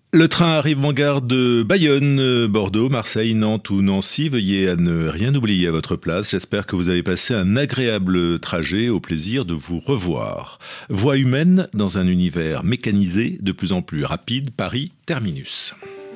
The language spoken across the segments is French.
Le train arrive en gare de Bayonne, Bordeaux, Marseille, Nantes ou Nancy. Veuillez à ne rien oublier à votre place. J'espère que vous avez passé un agréable trajet, au plaisir de vous revoir. Voix humaine dans un univers mécanisé de plus en plus rapide. Paris, terminus.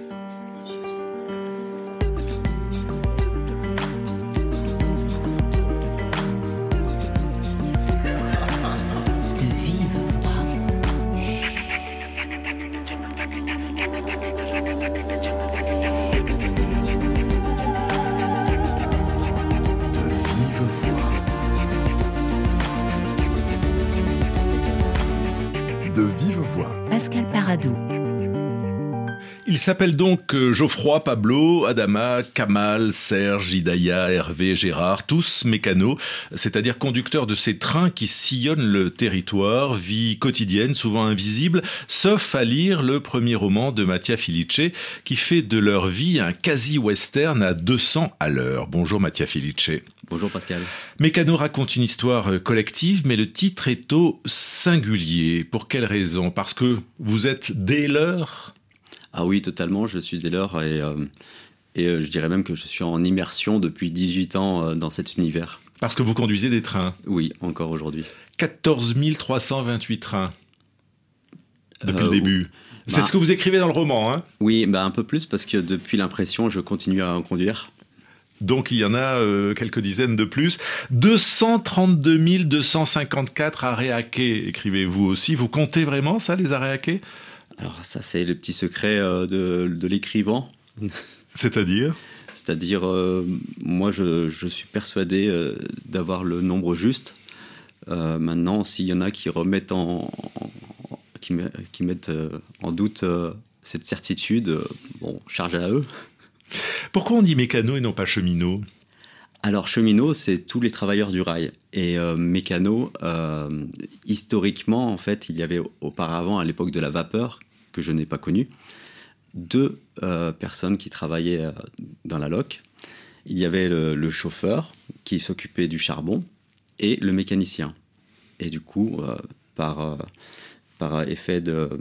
De vive voix. Pascal Paradou. Il s'appelle donc Geoffroy, Pablo, Adama, Kamal, Serge, Hidaya, Hervé, Gérard, tous mécanos, c'est-à-dire conducteurs de ces trains qui sillonnent le territoire, vie quotidienne, souvent invisible, sauf à lire le premier roman de Mattia Felice, qui fait de leur vie un quasi-western à 200 à l'heure. Bonjour Mattia Felice. Bonjour Pascal. Mécano raconte une histoire collective, mais le titre est au singulier. Pour quelle raison ? Parce que vous êtes dès l'heure ? Ah oui, totalement, je suis dès l'heure et je dirais même que je suis en immersion depuis 18 ans dans cet univers. Parce que vous conduisez des trains ? Oui, encore aujourd'hui. 14 328 trains depuis le début. C'est ce que vous écrivez dans le roman, hein ? Oui, un peu plus parce que depuis l'impression, je continue à en conduire. Donc il y en a quelques dizaines de plus. 232 254 arrêts à quai, écrivez-vous aussi. Vous comptez vraiment ça, les arrêts à quai ? Alors ça, c'est le petit secret de l'écrivain. C'est-à-dire ? C'est-à-dire, moi, je suis persuadé d'avoir le nombre juste. Maintenant, s'il y en a qui remettent qui mettent en doute cette certitude, charge à eux. Pourquoi on dit mécano et non pas cheminot ? Alors, cheminot, c'est tous les travailleurs du rail. Et mécano, historiquement, en fait, il y avait auparavant, à l'époque de la vapeur, que je n'ai pas connue, deux personnes qui travaillaient dans la loque. Il y avait le chauffeur qui s'occupait du charbon et le mécanicien. Et du coup, par effet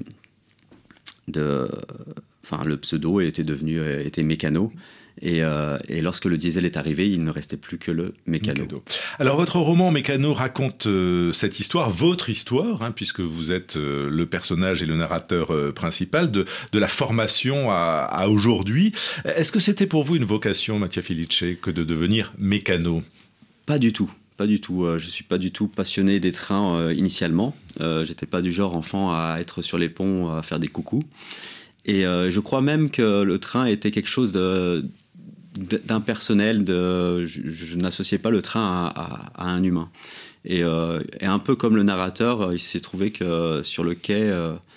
le pseudo était mécano. Et lorsque le diesel est arrivé, il ne restait plus que le mécano. Alors votre roman Mécano raconte cette histoire, votre histoire, hein, puisque vous êtes le personnage et le narrateur principal de la formation à aujourd'hui. Est-ce que c'était pour vous une vocation, Mattia Felice, que de devenir mécano ? Pas du tout. Pas du tout. Je suis pas du tout passionné des trains initialement. J'étais pas du genre enfant à être sur les ponts à faire des coucous. Et je crois même que le train était quelque chose d'impersonnel. Je n'associais pas le train à un humain. Et un peu comme le narrateur, il s'est trouvé que sur le quai,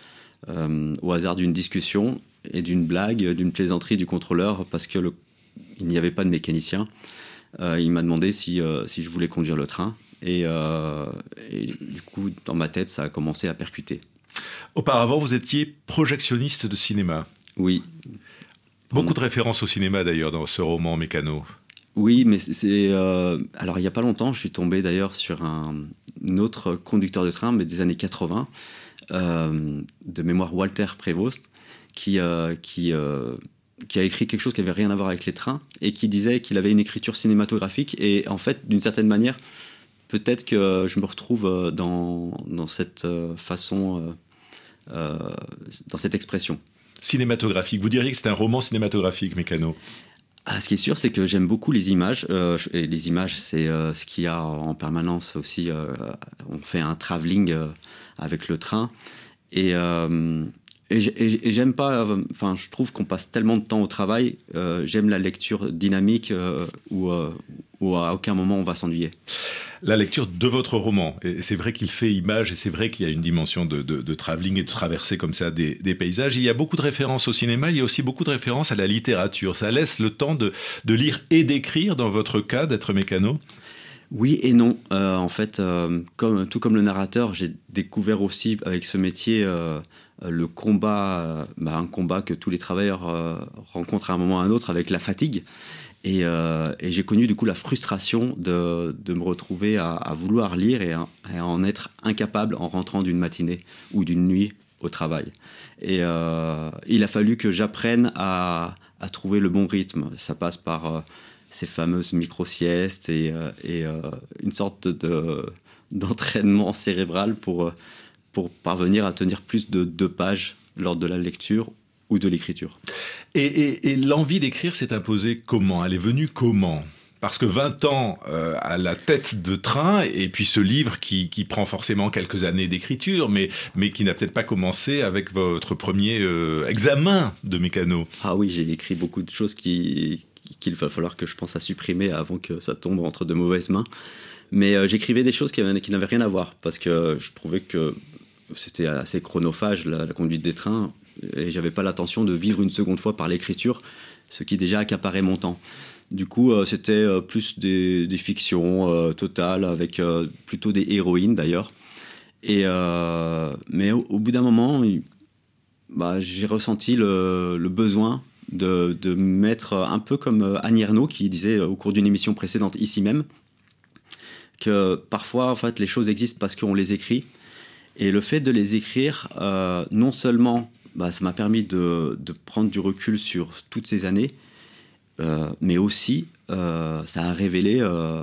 au hasard d'une discussion et d'une blague, d'une plaisanterie du contrôleur, parce qu'il n'y avait pas de mécanicien, il m'a demandé si je voulais conduire le train. Et du coup, dans ma tête, ça a commencé à percuter. Auparavant, vous étiez projectionniste de cinéma. Oui. Beaucoup de références au cinéma, d'ailleurs, dans ce roman Mécano. Oui, mais alors, il n'y a pas longtemps, je suis tombé d'ailleurs sur un autre conducteur de train, mais des années 80, de mémoire Walter Prévost, qui a écrit quelque chose qui n'avait rien à voir avec les trains, et qui disait qu'il avait une écriture cinématographique. Et en fait, d'une certaine manière, peut-être que je me retrouve dans cette façon, dans cette expression. Cinématographique. Vous diriez que c'est un roman cinématographique, Mécano ? Ce qui est sûr, c'est que j'aime beaucoup les images. Et les images, c'est ce qu'il y a en permanence aussi. On fait un travelling avec le train. Et j'aime pas... je trouve qu'on passe tellement de temps au travail. J'aime la lecture dynamique où à aucun moment on va s'ennuyer. La lecture de votre roman, et c'est vrai qu'il fait image, et c'est vrai qu'il y a une dimension de travelling et de traversée comme ça des paysages. Il y a beaucoup de références au cinéma, il y a aussi beaucoup de références à la littérature. Ça laisse le temps de lire et d'écrire, dans votre cas, d'être mécano ? Oui et non. En fait, tout comme le narrateur, j'ai découvert aussi avec ce métier le combat, un combat que tous les travailleurs rencontrent à un moment ou à un autre avec la fatigue. Et j'ai connu du coup la frustration de me retrouver à vouloir lire et à en être incapable en rentrant d'une matinée ou d'une nuit au travail. Et il a fallu que j'apprenne à trouver le bon rythme. Ça passe par ces fameuses micro-siestes et une sorte d'entraînement cérébral pour parvenir à tenir plus de 2 pages lors de la lecture ou de l'écriture. Et l'envie d'écrire s'est imposée comment ? Elle est venue comment ? Parce que 20 ans à la tête de train, et puis ce livre qui prend forcément quelques années d'écriture, mais qui n'a peut-être pas commencé avec votre premier examen de mécano. Ah oui, j'ai écrit beaucoup de choses qu'il va falloir que je pense à supprimer avant que ça tombe entre de mauvaises mains. Mais j'écrivais des choses qui n'avaient rien à voir, parce que je trouvais que c'était assez chronophage, la conduite des trains, et j'avais pas l'intention de vivre une seconde fois par l'écriture, ce qui déjà accaparait mon temps. Du coup, c'était plus des fictions totales, avec plutôt des héroïnes d'ailleurs. Mais au bout d'un moment, j'ai ressenti le besoin de mettre un peu comme Annie Ernaux qui disait au cours d'une émission précédente ici même, que parfois en fait, les choses existent parce qu'on les écrit. Et le fait de les écrire, non seulement ça m'a permis de prendre du recul sur toutes ces années, mais aussi ça a révélé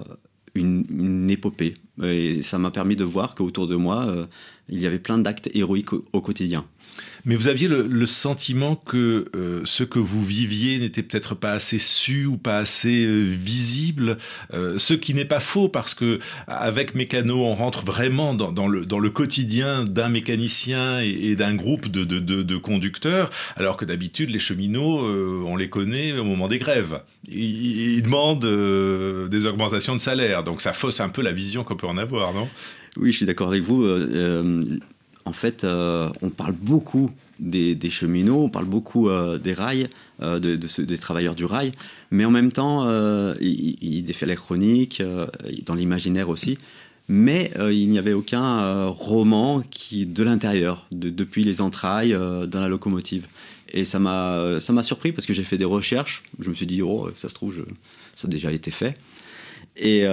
une épopée. Et ça m'a permis de voir qu'autour de moi, il y avait plein d'actes héroïques au quotidien. Mais vous aviez le sentiment que ce que vous viviez n'était peut-être pas assez su ou pas assez visible, ce qui n'est pas faux parce que avec Mécano, on rentre vraiment dans le quotidien d'un mécanicien et d'un groupe de conducteurs, alors que d'habitude les cheminots, on les connaît au moment des grèves. Ils demandent des augmentations de salaire, donc ça fausse un peu la vision qu'on peut en avoir, non ? Oui, je suis d'accord avec vous. En fait, on parle beaucoup des cheminots, on parle beaucoup des rails, des travailleurs du rail, mais en même temps, il défait la chronique, dans l'imaginaire aussi, mais il n'y avait aucun roman de l'intérieur, depuis les entrailles, dans la locomotive. Et ça m'a surpris parce que j'ai fait des recherches, je me suis dit, ça se trouve, ça a déjà été fait. Et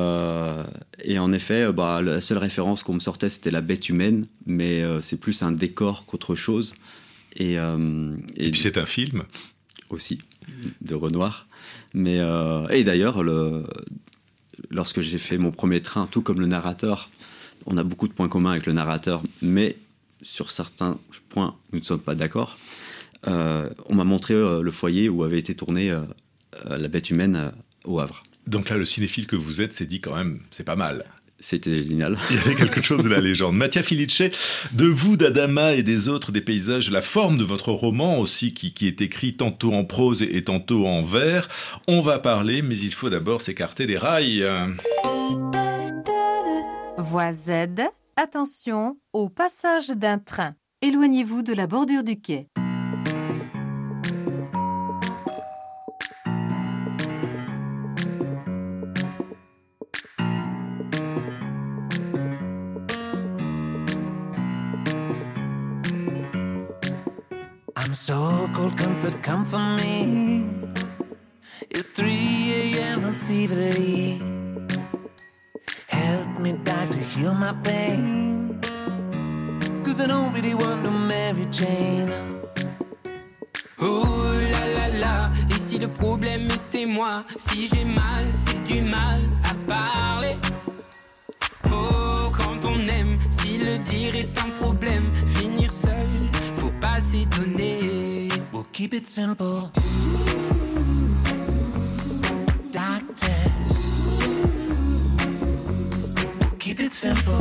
en effet, la seule référence qu'on me sortait, c'était la bête humaine, mais c'est plus un décor qu'autre chose. Et puis c'est un film aussi, de Renoir. Et d'ailleurs, lorsque j'ai fait mon premier train, tout comme le narrateur, on a beaucoup de points communs avec le narrateur, mais sur certains points, nous ne sommes pas d'accord. On m'a montré le foyer où avait été tournée la bête humaine au Havre. Donc là, le cinéphile que vous êtes s'est dit quand même, c'est pas mal. C'était génial. Il y avait quelque chose de la légende. Mattia Felice, de vous, d'Adama et des autres, des paysages, la forme de votre roman aussi, qui est écrit tantôt en prose et tantôt en vers. On va parler, mais il faut d'abord s'écarter des rails. Voie Z, attention au passage d'un train. Éloignez-vous de la bordure du quai. I'm so cold, comfort, come for me. It's 3 a.m. I'm feverly. Help me, doctor, heal my pain. 'Cause I don't really want no Mary Jane. Oh là là là, et si le problème était moi? Si j'ai mal, c'est du mal à parler. Oh, quand on aime, si le dire est un problème, finir seul, faut pas s'étonner. We'll keep it simple. Doctor, we'll keep it simple.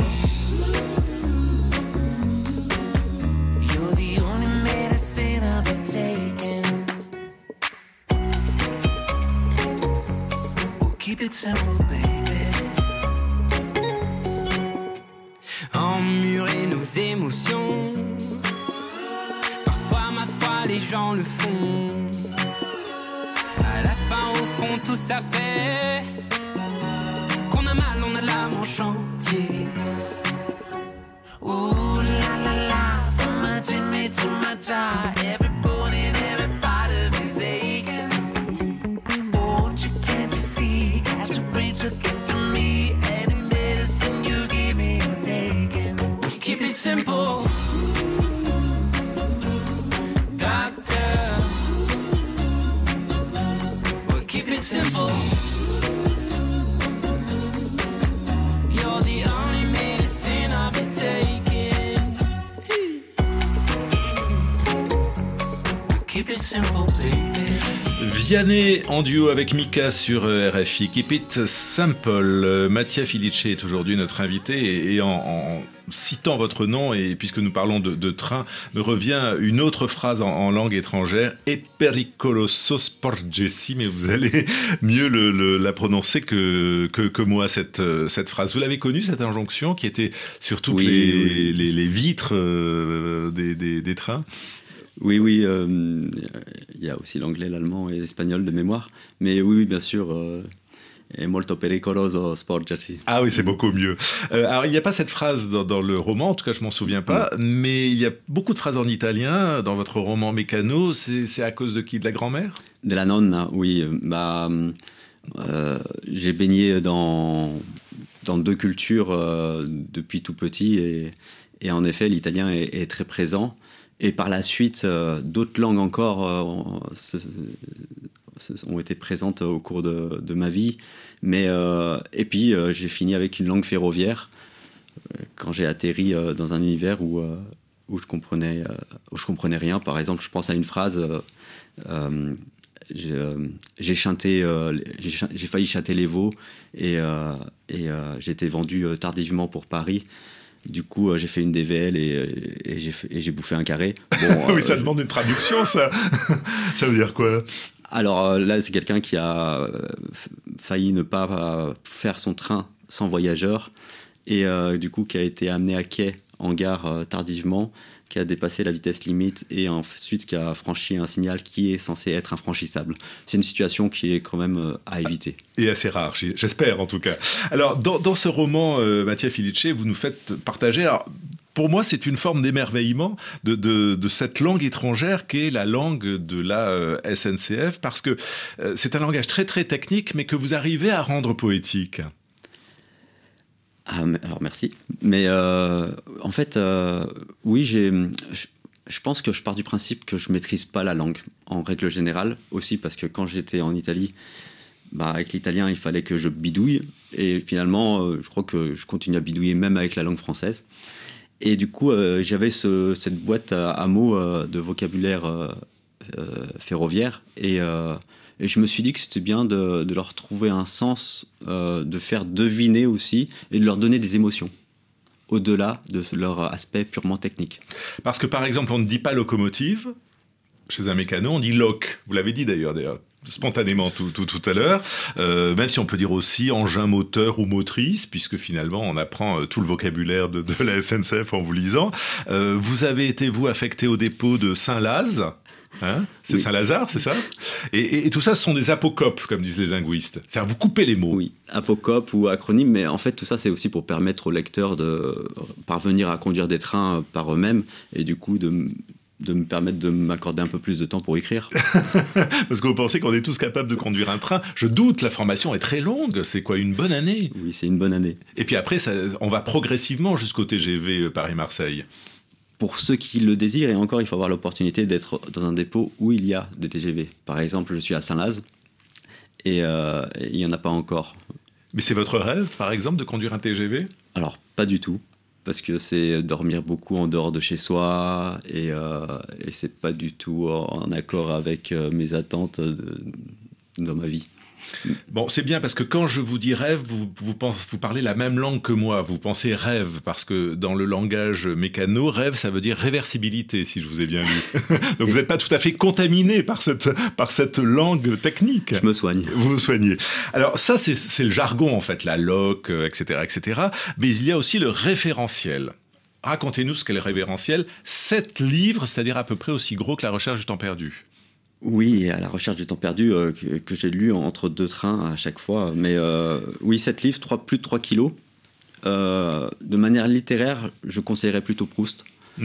You're the only medicine I've been taking. We'll keep it simple, baby. Emmurer nos émotions, parfois ma foi les gens le font. À la fin au fond tout ça fait qu'on a mal, on a l'âme en chantier. Ooh la la la, from my chimney to my jaw, every bone and every part of me's aching. Won't you, can't you see, got to breathe to get to me. Any medicine you give me, I'm taking. Keep it simple. Keep it simple, baby. Vianney en duo avec Mika sur RFI. Keep it simple. Mattia Felice est aujourd'hui notre invité et en citant votre nom, et puisque nous parlons de train, me revient une autre phrase en langue étrangère, e pericoloso sporgesi, mais vous allez mieux la prononcer que moi, cette phrase. Vous l'avez connue, cette injonction qui était sur toutes les vitres des trains? Oui, il y a aussi l'anglais, l'allemand et l'espagnol de mémoire. Mais oui, bien sûr, è molto pericoloso sporgersi. Ah oui, c'est beaucoup mieux. Alors, il n'y a pas cette phrase dans le roman, en tout cas, je m'en souviens pas, mais il y a beaucoup de phrases en italien dans votre roman Mécano. C'est à cause de qui? De la grand-mère? De la nonna, oui. J'ai baigné dans deux cultures depuis tout petit et en effet, l'italien est très présent. Et par la suite, d'autres langues encore ont été présentes au cours de ma vie. Et puis, j'ai fini avec une langue ferroviaire quand j'ai atterri dans un univers où je comprenais rien. Par exemple, je pense à une phrase... j'ai failli chanter les veaux et j'ai été vendu tardivement pour Paris. Du coup, j'ai fait une DVL et j'ai bouffé un carré. Bon, oui, ça demande une traduction, ça. Ça veut dire quoi? Alors là, c'est quelqu'un qui a failli ne pas faire son train sans voyageurs et du coup qui a été amené à quai en gare tardivement, qui a dépassé la vitesse limite et ensuite qui a franchi un signal qui est censé être infranchissable. C'est une situation qui est quand même à éviter. Et assez rare, j'espère en tout cas. Alors, dans ce roman, Mattia Felice, vous nous faites partager... Alors, pour moi, c'est une forme d'émerveillement de cette langue étrangère qu'est la langue de la SNCF, parce que c'est un langage très très technique, mais que vous arrivez à rendre poétique. Alors merci. Mais en fait, oui, je pense que je pars du principe que je maîtrise pas la langue en règle générale. Aussi parce que quand j'étais en Italie, avec l'italien, il fallait que je bidouille. Et finalement, je crois que je continue à bidouiller même avec la langue française. Et du coup, j'avais cette boîte à mots de vocabulaire ferroviaire. Et je me suis dit que c'était bien de leur trouver un sens, de faire deviner aussi, et de leur donner des émotions, au-delà de leur aspect purement technique. Parce que par exemple, on ne dit pas locomotive chez un mécano, on dit loc. Vous l'avez dit d'ailleurs spontanément tout à l'heure, même si on peut dire aussi engin moteur ou motrice, puisque finalement on apprend tout le vocabulaire de la SNCF en vous lisant. Vous avez été, vous, affecté au dépôt de Saint-Laz. C'est oui. Saint-Lazare, c'est ça? Et tout ça, ce sont des apocopes, comme disent les linguistes. C'est-à-dire, vous coupez les mots. Oui, apocopes ou acronymes, mais en fait, tout ça, c'est aussi pour permettre aux lecteurs de parvenir à conduire des trains par eux-mêmes, et du coup, de me permettre de m'accorder un peu plus de temps pour écrire. Parce que vous pensez qu'on est tous capables de conduire un train. Je doute, la formation est très longue. C'est quoi, une bonne année? Oui, c'est une bonne année. Et puis après, on va progressivement jusqu'au TGV Paris-Marseille. Pour ceux qui le désirent, et encore, il faut avoir l'opportunité d'être dans un dépôt où il y a des TGV. Par exemple, je suis à Saint-Laz, et il n'y en a pas encore. Mais c'est votre rêve, par exemple, de conduire un TGV? Alors, pas du tout, parce que c'est dormir beaucoup en dehors de chez soi, et c'est pas du tout en accord avec mes attentes dans ma vie. Bon, c'est bien parce que quand je vous dis rêve, vous parlez la même langue que moi. Vous pensez rêve parce que dans le langage mécano, rêve, ça veut dire réversibilité, si je vous ai bien lu. Donc vous n'êtes pas tout à fait contaminé par cette langue technique. Je me soigne. Vous vous soignez. Alors ça, c'est le jargon en fait, la loc, etc., etc. Mais il y a aussi le référentiel. Racontez-nous ce qu'est le référentiel. 7 livres, c'est-à-dire à peu près aussi gros que La recherche du temps perdu. Oui, à La recherche du temps perdu, que j'ai lu entre 2 trains à chaque fois. Mais oui, 7 livres, plus de 3 kilos. De manière littéraire, je conseillerais plutôt Proust.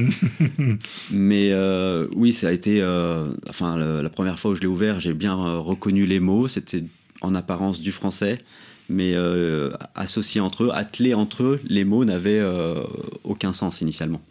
Mais oui, ça a été... la première fois où je l'ai ouvert, j'ai bien reconnu les mots. C'était en apparence du français. Mais associés entre eux, attelés entre eux, les mots n'avaient aucun sens initialement.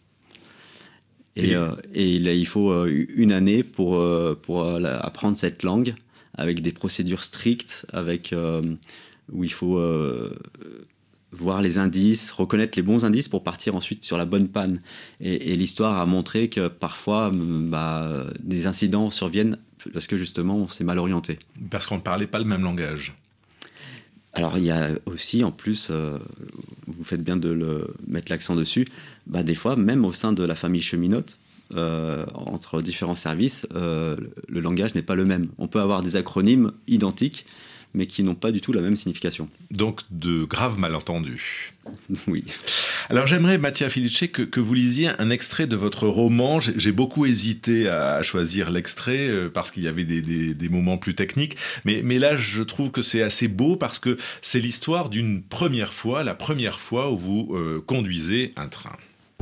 Et il faut une année pour apprendre cette langue, avec des procédures strictes, où il faut voir les indices, reconnaître les bons indices pour partir ensuite sur la bonne panne. Et l'histoire a montré que parfois, des incidents surviennent parce que justement, on s'est mal orienté. Parce qu'on ne parlait pas le même langage. Alors, il y a aussi, en plus, vous faites bien de mettre l'accent dessus, des fois, même au sein de la famille cheminote, entre différents services, le langage n'est pas le même. On peut avoir des acronymes identiques, mais qui n'ont pas du tout la même signification. Donc, de graves malentendus. Oui. Alors, j'aimerais, Mattia Felice, que vous lisiez un extrait de votre roman. J'ai beaucoup hésité à choisir l'extrait parce qu'il y avait des moments plus techniques. Mais là, je trouve que c'est assez beau parce que c'est l'histoire d'une première fois, la première fois où vous conduisez un train.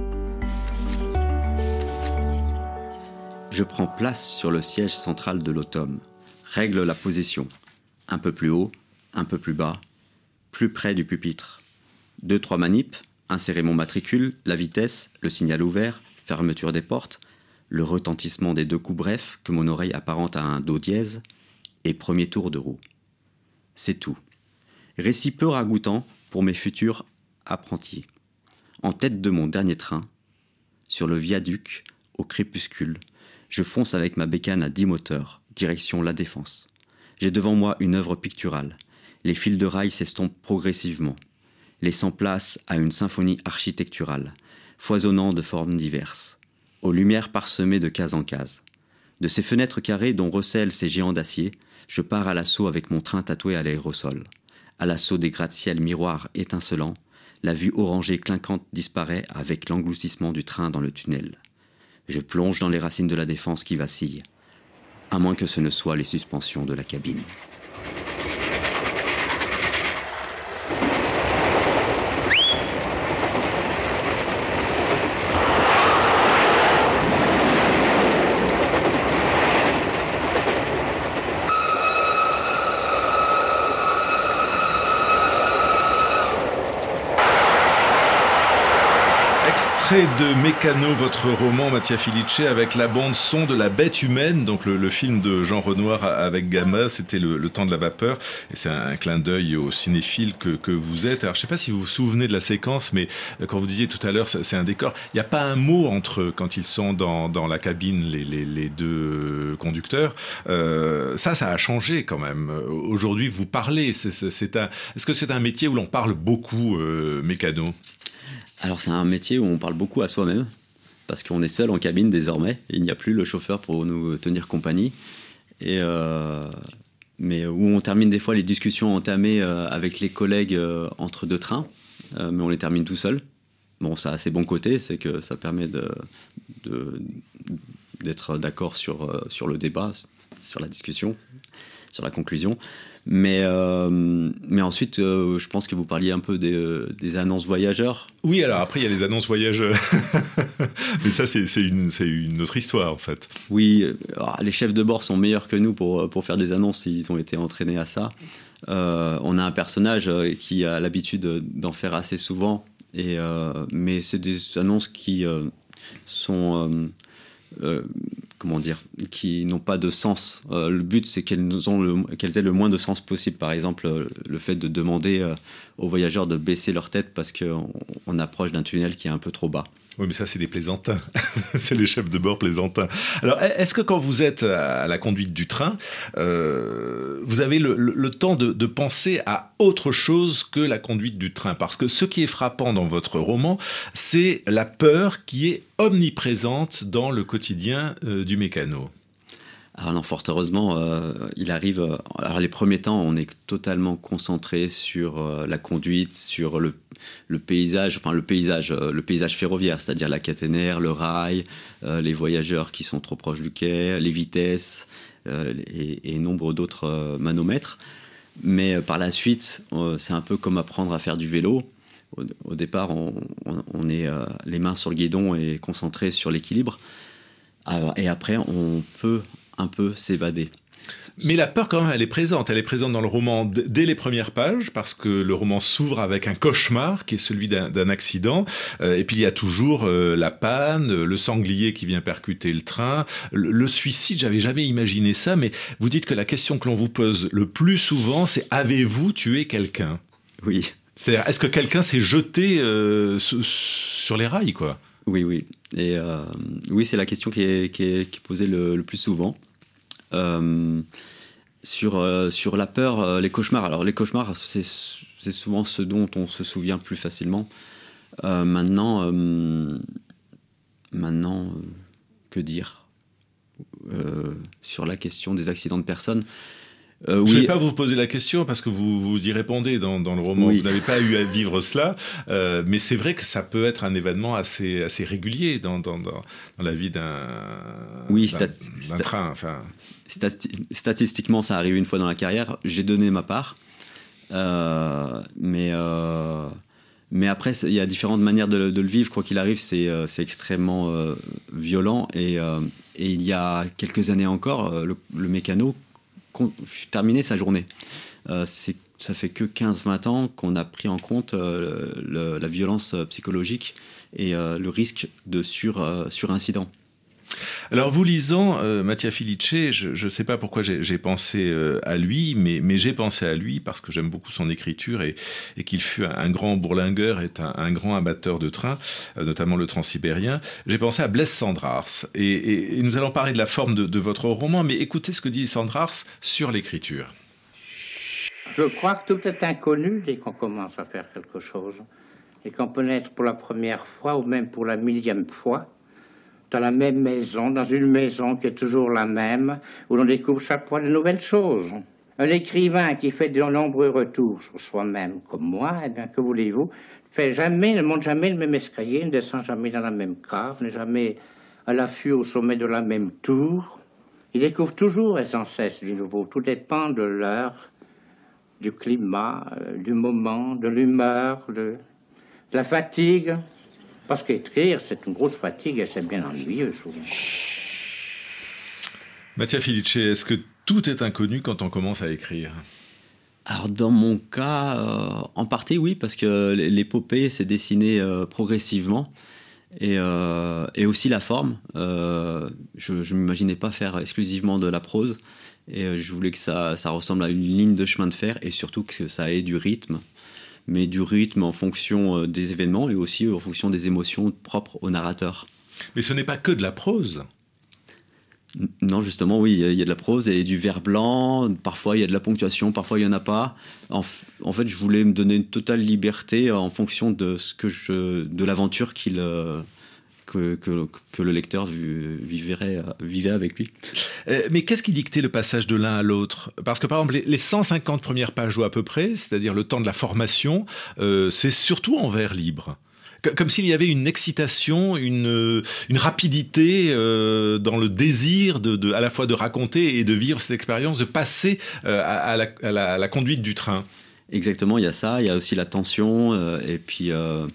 Je prends place sur le siège central de l'automne. Règle la position. Un peu plus haut, un peu plus bas, plus près du pupitre. 2-3 manips, insérer mon matricule, la vitesse, le signal ouvert, fermeture des portes, le retentissement des 2 coups brefs que mon oreille apparente à un do dièse, et premier tour de roue. C'est tout. Récit peu ragoûtant pour mes futurs apprentis. En tête de mon dernier train, sur le viaduc, au crépuscule, je fonce avec ma bécane à 10 moteurs, direction La Défense. J'ai devant moi une œuvre picturale. Les fils de rail s'estompent progressivement, laissant place à une symphonie architecturale, foisonnant de formes diverses, aux lumières parsemées de case en case. De ces fenêtres carrées dont recèlent ces géants d'acier, je pars à l'assaut avec mon train tatoué à l'aérosol. À l'assaut des gratte-ciel miroirs étincelants, la vue orangée clinquante disparaît avec l'engloutissement du train dans le tunnel. Je plonge dans les racines de la Défense qui vacillent, à moins que ce ne soit les suspensions de la cabine. Extrait de Mécano, votre roman, Mattia Felice, avec la bande-son de La Bête humaine, donc le film de Jean Renoir avec Gama, c'était le temps de la vapeur, et c'est un clin d'œil au cinéphile que vous êtes. Alors je ne sais pas si vous vous souvenez de la séquence, mais quand vous disiez tout à l'heure, c'est un décor, il n'y a pas un mot entre eux quand ils sont dans la cabine, les 2 conducteurs. Ça a changé quand même. Aujourd'hui, vous parlez, est-ce que c'est un métier où l'on parle beaucoup, Mécano ? Alors c'est un métier où on parle beaucoup à soi-même, parce qu'on est seul en cabine désormais, il n'y a plus le chauffeur pour nous tenir compagnie, mais où on termine des fois les discussions entamées avec les collègues entre 2 trains, mais on les termine tout seul. Bon, ça a ses bons côtés, c'est que ça permet d'être d'accord sur le débat, sur la discussion, sur la conclusion. Mais ensuite, je pense que vous parliez un peu des annonces voyageurs. Oui, alors après, il y a les annonces voyageurs. Mais ça, c'est une autre histoire, en fait. Oui, alors, les chefs de bord sont meilleurs que nous pour faire des annonces. Ils ont été entraînés à ça. On a un personnage qui a l'habitude d'en faire assez souvent. Mais c'est des annonces qui sont... qui n'ont pas de sens. Le but, c'est qu'elles aient le moins de sens possible. Par exemple, le fait de demander aux voyageurs de baisser leur tête parce qu'on approche d'un tunnel qui est un peu trop bas. Oui, mais ça, c'est des plaisantins. C'est les chefs de bord plaisantins. Alors, est-ce que quand vous êtes à la conduite du train, vous avez le temps de penser à autre chose que la conduite du train ? Parce que ce qui est frappant dans votre roman, c'est la peur qui est omniprésente dans le quotidien du mécano. Alors non, fort heureusement, il arrive... alors les premiers temps, on est totalement concentré sur la conduite, sur le paysage, le paysage ferroviaire, c'est-à-dire la caténaire, le rail, les voyageurs qui sont trop proches du quai, les vitesses et nombre d'autres manomètres. Mais par la suite, c'est un peu comme apprendre à faire du vélo. Au départ, on est les mains sur le guidon et concentré sur l'équilibre. Et après, on peut un peu s'évader. Mais la peur, quand même, elle est présente. Elle est présente dans le roman dès les premières pages, parce que le roman s'ouvre avec un cauchemar qui est celui d'un accident. Et puis, il y a toujours la panne, le sanglier qui vient percuter le train, le suicide. J'avais jamais imaginé ça, mais vous dites que la question que l'on vous pose le plus souvent, c'est « Avez-vous tué quelqu'un ?» Oui. C'est-à-dire, est-ce que quelqu'un s'est jeté sur les rails, quoi? Oui, oui. Et oui, c'est la question qui est posée le plus souvent. Sur la peur, les cauchemars. Alors, les cauchemars, c'est souvent ce dont on se souvient plus facilement. Maintenant, que dire sur la question des accidents de personnes? Je ne vais pas vous poser la question parce que vous y répondez dans le roman. Oui. Vous n'avez pas eu à vivre cela, mais c'est vrai que ça peut être un événement assez régulier dans la vie d'un train. Enfin. Statistiquement, ça arrive une fois dans la carrière. J'ai donné ma part, mais après, il y a différentes manières de le vivre. Quoi qu'il arrive, c'est extrêmement violent. Et il y a quelques années encore, le mécano terminé sa journée. Ça fait que 15-20 ans qu'on a pris en compte la violence psychologique et le risque de surincident. Alors, vous lisant Mattia Felice, je ne sais pas pourquoi j'ai pensé à lui, mais j'ai pensé à lui parce que j'aime beaucoup son écriture et qu'il fut un grand bourlingueur et un grand abatteur de trains, notamment le transsibérien. J'ai pensé à Blaise Cendrars. Et nous allons parler de la forme de votre roman, mais écoutez ce que dit Cendrars sur l'écriture. Je crois que tout est inconnu dès qu'on commence à faire quelque chose. Et qu'on peut naître pour la première fois ou même pour la millième fois dans la même maison, dans une maison qui est toujours la même, où l'on découvre chaque fois de nouvelles choses. Un écrivain qui fait de nombreux retours sur soi-même, comme moi, eh bien, que voulez-vous, ne monte jamais le même escalier, ne descend jamais dans la même cave, n'est jamais à l'affût au sommet de la même tour. Il découvre toujours et sans cesse du nouveau. Tout dépend de l'heure, du climat, du moment, de l'humeur, de la fatigue. Parce qu'écrire, c'est une grosse fatigue et c'est bien ennuyeux souvent. Mattia Felice, est-ce que tout est inconnu quand on commence à écrire? Alors dans mon cas, en partie oui, parce que l'épopée s'est dessinée progressivement et aussi la forme. Je ne m'imaginais pas faire exclusivement de la prose et je voulais que ça ressemble à une ligne de chemin de fer et surtout que ça ait du rythme. Mais du rythme en fonction des événements et aussi en fonction des émotions propres au narrateur. Mais ce n'est pas que de la prose. Non, justement, oui, il y a de la prose et du vers blanc. Parfois, il y a de la ponctuation, parfois, il n'y en a pas. En fait, je voulais me donner une totale liberté en fonction de de l'aventure que le lecteur vivait avec lui. Mais qu'est-ce qui dictait le passage de l'un à l'autre? Parce que par exemple, les 150 premières pages ou à peu près, c'est-à-dire le temps de la formation, c'est surtout en vers libre. Comme s'il y avait une excitation, une rapidité dans le désir à la fois de raconter et de vivre cette expérience, de passer à la conduite du train. Exactement, il y a ça, il y a aussi la tension et puis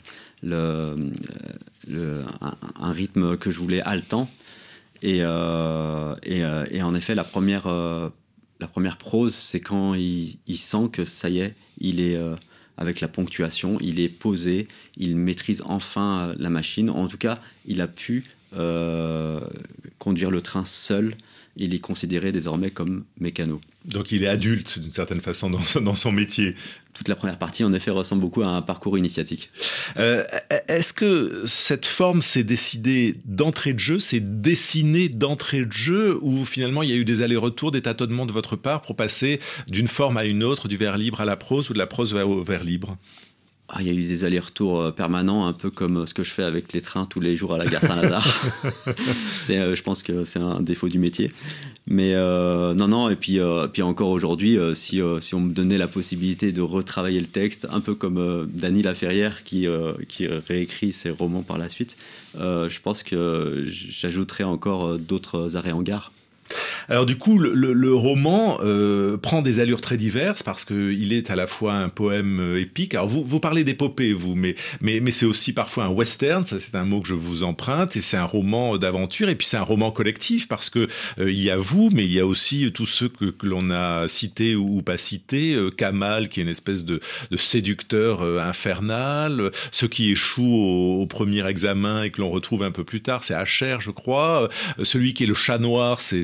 un rythme que je voulais haletant et en effet la première prose, c'est quand il sent que ça y est, il est avec la ponctuation, il est posé, il maîtrise enfin la machine. En tout cas, il a pu conduire le train seul. Il est considéré désormais comme mécano. Donc il est adulte d'une certaine façon dans son métier. Toute la première partie, en effet, ressemble beaucoup à un parcours initiatique. Est-ce que cette forme s'est décidée d'entrée de jeu, s'est dessinée d'entrée de jeu, ou finalement il y a eu des allers-retours, des tâtonnements de votre part pour passer d'une forme à une autre, du vers libre à la prose ou de la prose au vers libre? Il y a eu des allers-retours permanents, un peu comme ce que je fais avec les trains tous les jours à la gare Saint-Lazare. Je pense que c'est un défaut du métier. Mais non, et puis encore aujourd'hui, si on me donnait la possibilité de retravailler le texte, un peu comme Dany Laferrière qui réécrit ses romans par la suite, je pense que j'ajouterais encore d'autres arrêts en gare. Alors du coup, le roman prend des allures très diverses parce qu'il est à la fois un poème épique. Alors vous parlez d'épopée, vous, mais c'est aussi parfois un western, ça c'est un mot que je vous emprunte, et c'est un roman d'aventure, et puis c'est un roman collectif parce que il y a vous, mais il y a aussi tous ceux que l'on a cités ou pas cités, Kamal qui est une espèce de séducteur infernal, ceux qui échouent au premier examen et que l'on retrouve un peu plus tard, c'est Asher, je crois, celui qui est le chat noir, c'est Geoffroy,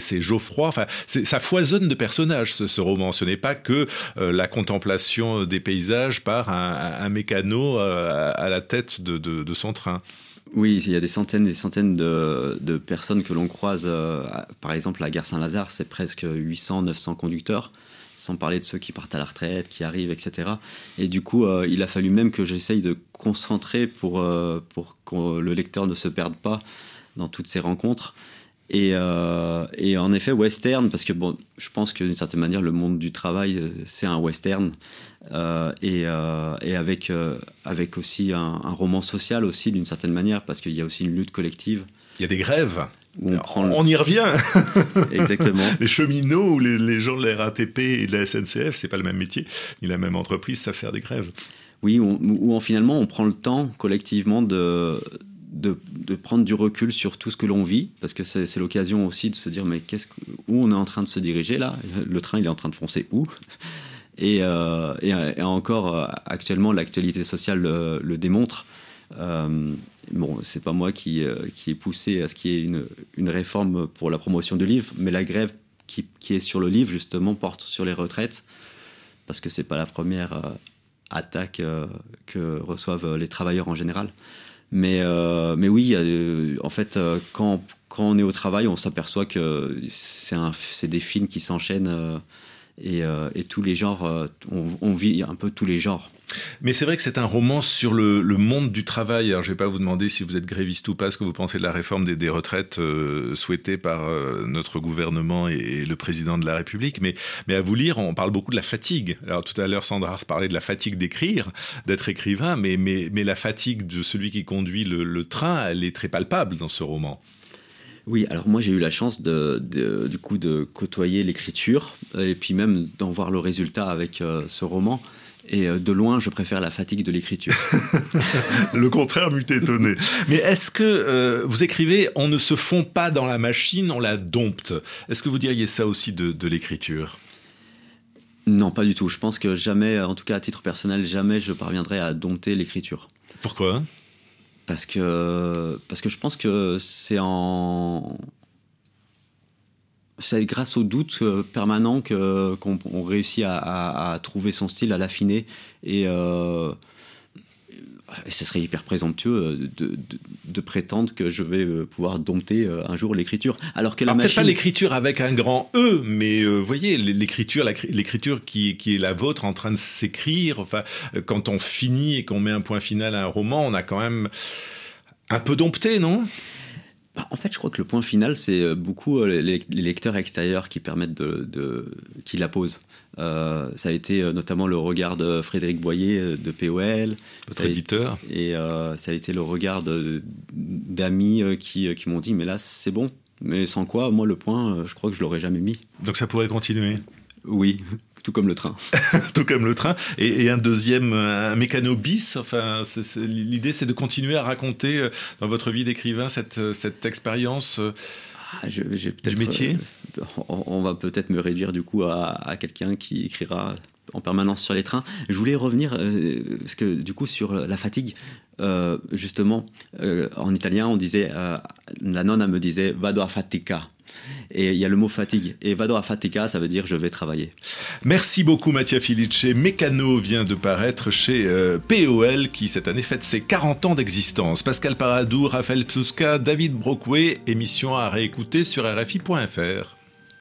Geoffroy. Enfin, ça foisonne de personnages, ce roman. Ce n'est pas que la contemplation des paysages par un mécano à la tête de son train. Oui, il y a des centaines de personnes que l'on croise. Par exemple, la gare Saint-Lazare, c'est presque 800-900 conducteurs, sans parler de ceux qui partent à la retraite, qui arrivent, etc. Et du coup, il a fallu même que j'essaye de concentrer pour que le lecteur ne se perde pas dans toutes ces rencontres. Et en effet, western, parce que bon, je pense que d'une certaine manière, le monde du travail, c'est un western, et avec aussi un roman social aussi, d'une certaine manière, parce qu'il y a aussi une lutte collective. Il y a des grèves. On y revient. Exactement. Les cheminots ou les gens de la RATP et de la SNCF, c'est pas le même métier, ni la même entreprise, ça faire des grèves. Oui, finalement, on prend le temps collectivement de prendre du recul sur tout ce que l'on vit, parce que c'est l'occasion aussi de se dire mais où on est en train de se diriger là, le train il est en train de foncer où, et encore actuellement l'actualité sociale le démontre. Bon, c'est pas moi qui ai poussé à ce qu'il y ait une réforme pour la promotion du livre, mais la grève qui est sur le livre justement porte sur les retraites, parce que c'est pas la première attaque que reçoivent les travailleurs en général. Mais oui, en fait, quand on est au travail, on s'aperçoit que c'est des films qui s'enchaînent et tous les genres, on vit un peu tous les genres. Mais c'est vrai que c'est un roman sur le monde du travail. Alors, je ne vais pas vous demander si vous êtes gréviste ou pas, ce que vous pensez de la réforme des retraites souhaitée par notre gouvernement et le président de la République. Mais à vous lire, on parle beaucoup de la fatigue. Alors tout à l'heure, Sandra Ars parlait de la fatigue d'écrire, d'être écrivain, mais la fatigue de celui qui conduit le train, elle est très palpable dans ce roman. Oui, alors moi j'ai eu la chance du coup de côtoyer l'écriture et puis même d'en voir le résultat avec ce roman. Et de loin, je préfère la fatigue de l'écriture. Le contraire m'eût étonné. Mais est-ce que vous écrivez, on ne se fond pas dans la machine, on la dompte? Est-ce que vous diriez ça aussi de l'écriture? Non, pas du tout. Je pense que jamais, en tout cas à titre personnel, jamais je parviendrai à dompter l'écriture. Pourquoi? Parce que je pense que c'est grâce au doute permanent qu'on réussit à trouver son style, à l'affiner. Et ce serait hyper présomptueux de prétendre que je vais pouvoir dompter un jour l'écriture. Alors que peut-être pas l'écriture avec un grand E, mais vous voyez, l'écriture qui est la vôtre en train de s'écrire. Enfin, quand on finit et qu'on met un point final à un roman, on a quand même un peu dompté, non ? En fait, je crois que le point final, c'est beaucoup les lecteurs extérieurs qui permettent qui la posent. Ça a été notamment le regard de Frédéric Boyer de POL. Votre éditeur. Et ça a été le regard d'amis qui m'ont dit « mais là, c'est bon ». Mais sans quoi, moi, le point, je crois que je ne l'aurais jamais mis. Donc ça pourrait continuer ? Oui. Tout comme le train. Tout comme le train. Et un deuxième, un mécano bis. Enfin, l'idée, c'est de continuer à raconter dans votre vie d'écrivain cette expérience du métier. On va peut-être me réduire du coup à quelqu'un qui écrira en permanence sur les trains. Je voulais revenir parce que du coup sur la fatigue. Justement, en italien, on disait la nonna me disait vado a fatica. Et il y a le mot fatigue. Et vado a fatica, ça veut dire je vais travailler. Merci beaucoup Mattia Felice. Mécano vient de paraître chez POL qui cette année fête ses 40 ans d'existence. Pascal Paradou, Raphaël Psuska, David Brockway. Émission à réécouter sur RFI.fr.